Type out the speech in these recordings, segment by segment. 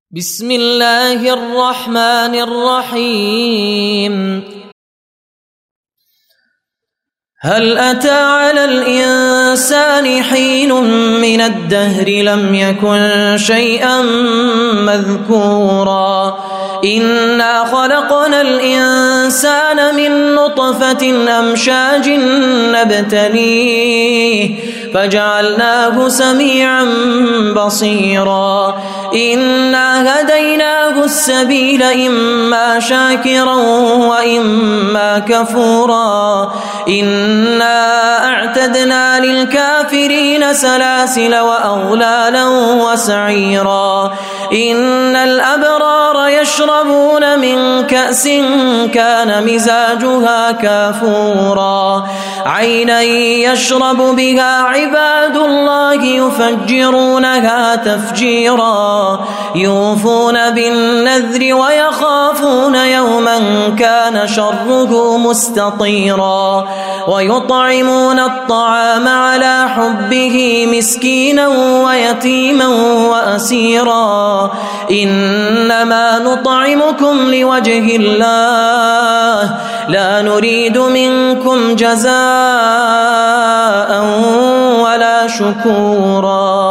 بسم الله الرحمن الرحيم هل أتى على الإنسان حين من الدهر لم يكن شيئا مذكورا إنا خلقنا الإنسان من نطفة أمشاج نبتليه فجعلناه سميعا بصيرا إنا هديناه السبيل إما شاكرا وإما كفورا إنا أعتدنا للكافرين سلاسل وأغلالا وسعيرا إن الأبرار يشربون من كأس كان مزاجها كافورا عينا يشرب بها عباد الله يفجرونها تفجيرا يوفون بالنذر ويخافون يوما كان شره مستطيرا ويطعمون الطعام على حبه مسكينا ويتيما وأسيرا إنما نطعمكم لوجه الله لا نريد منكم جزاء ولا شكورا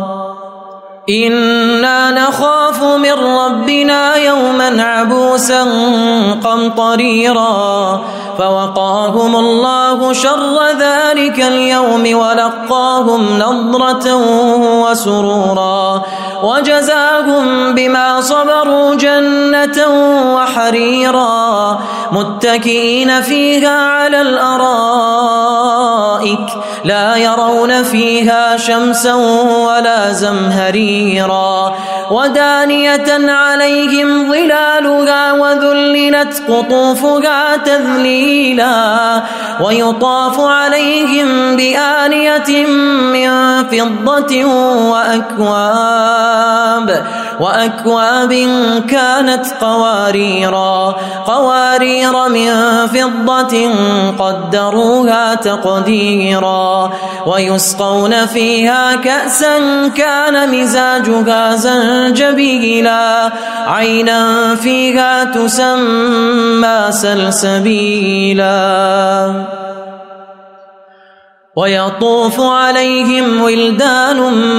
إنا نخاف من ربنا يوما عبوسا قمطريرا فوقاهم الله شر ذلك اليوم ولقاهم نضرة وسرورا وجزاهم بما صبروا جنة وحريرا متكئين فيها على الأرائك لا يرون فيها شمسا ولا زمهريرا ودانية عليهم ظلالها وذللت قطوفها تذليلا ويطاف عليهم بآنية من فضة وأكواب كانت قوارير من فضة قدروها تقديرا ويسقون فيها كأسا كان مزاجها زنجبيلا عينا فيها تسمى سلسبيلا ويطوف عليهم ولدان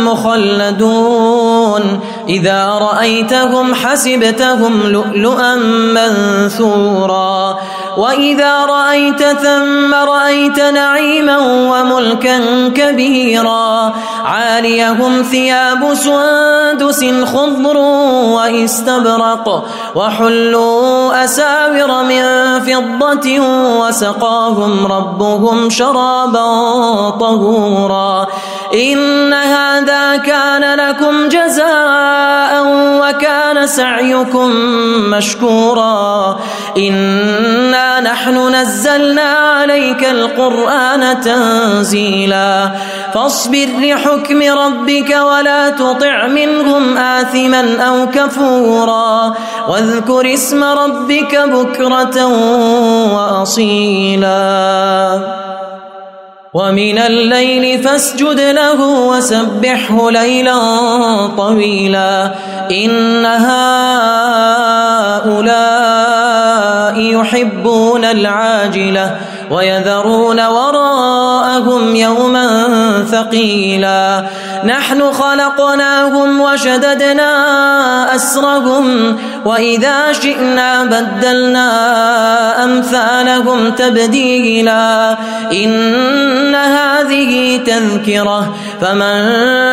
مخلدون إذا رأيتهم حسبتهم لؤلؤا منثورا وإذا رأيت ثم رأيت نعيما وملكا كبيرا عاليهم ثياب سندس خضر واستبرق وحلوا أساور من فضة وسقاهم ربهم شرابا طهورا إن هذا كان لكم جزاء وكان سعيكم مشكورا إنا نحن نزلنا عليك القرآن تنزيلا فاصبر لحكم ربك ولا تطع منهم آثما أو كفورا واذكر اسم ربك بكرة وأصيلا ومن الليل فاسجد له وسبحه ليلا طويلا إن هؤلاء يحبون العاجلة ويذرون وراءهم يوما ثقيلا نحن خلقناهم وشددنا أسرهم وإذا شئنا بدلنا أمثالهم تبديلا إن هذه تذكرة فمن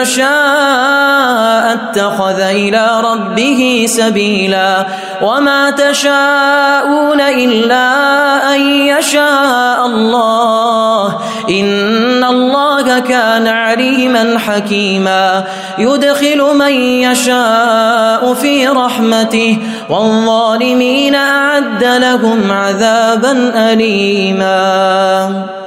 شاء اتخذ إلى ربه سبيلا وما تشاءون إلا أن يشاء الله إن الله كان عليما حكيما يدخل من يشاء في رحمته والظالمين أعد لهم عذابا أليما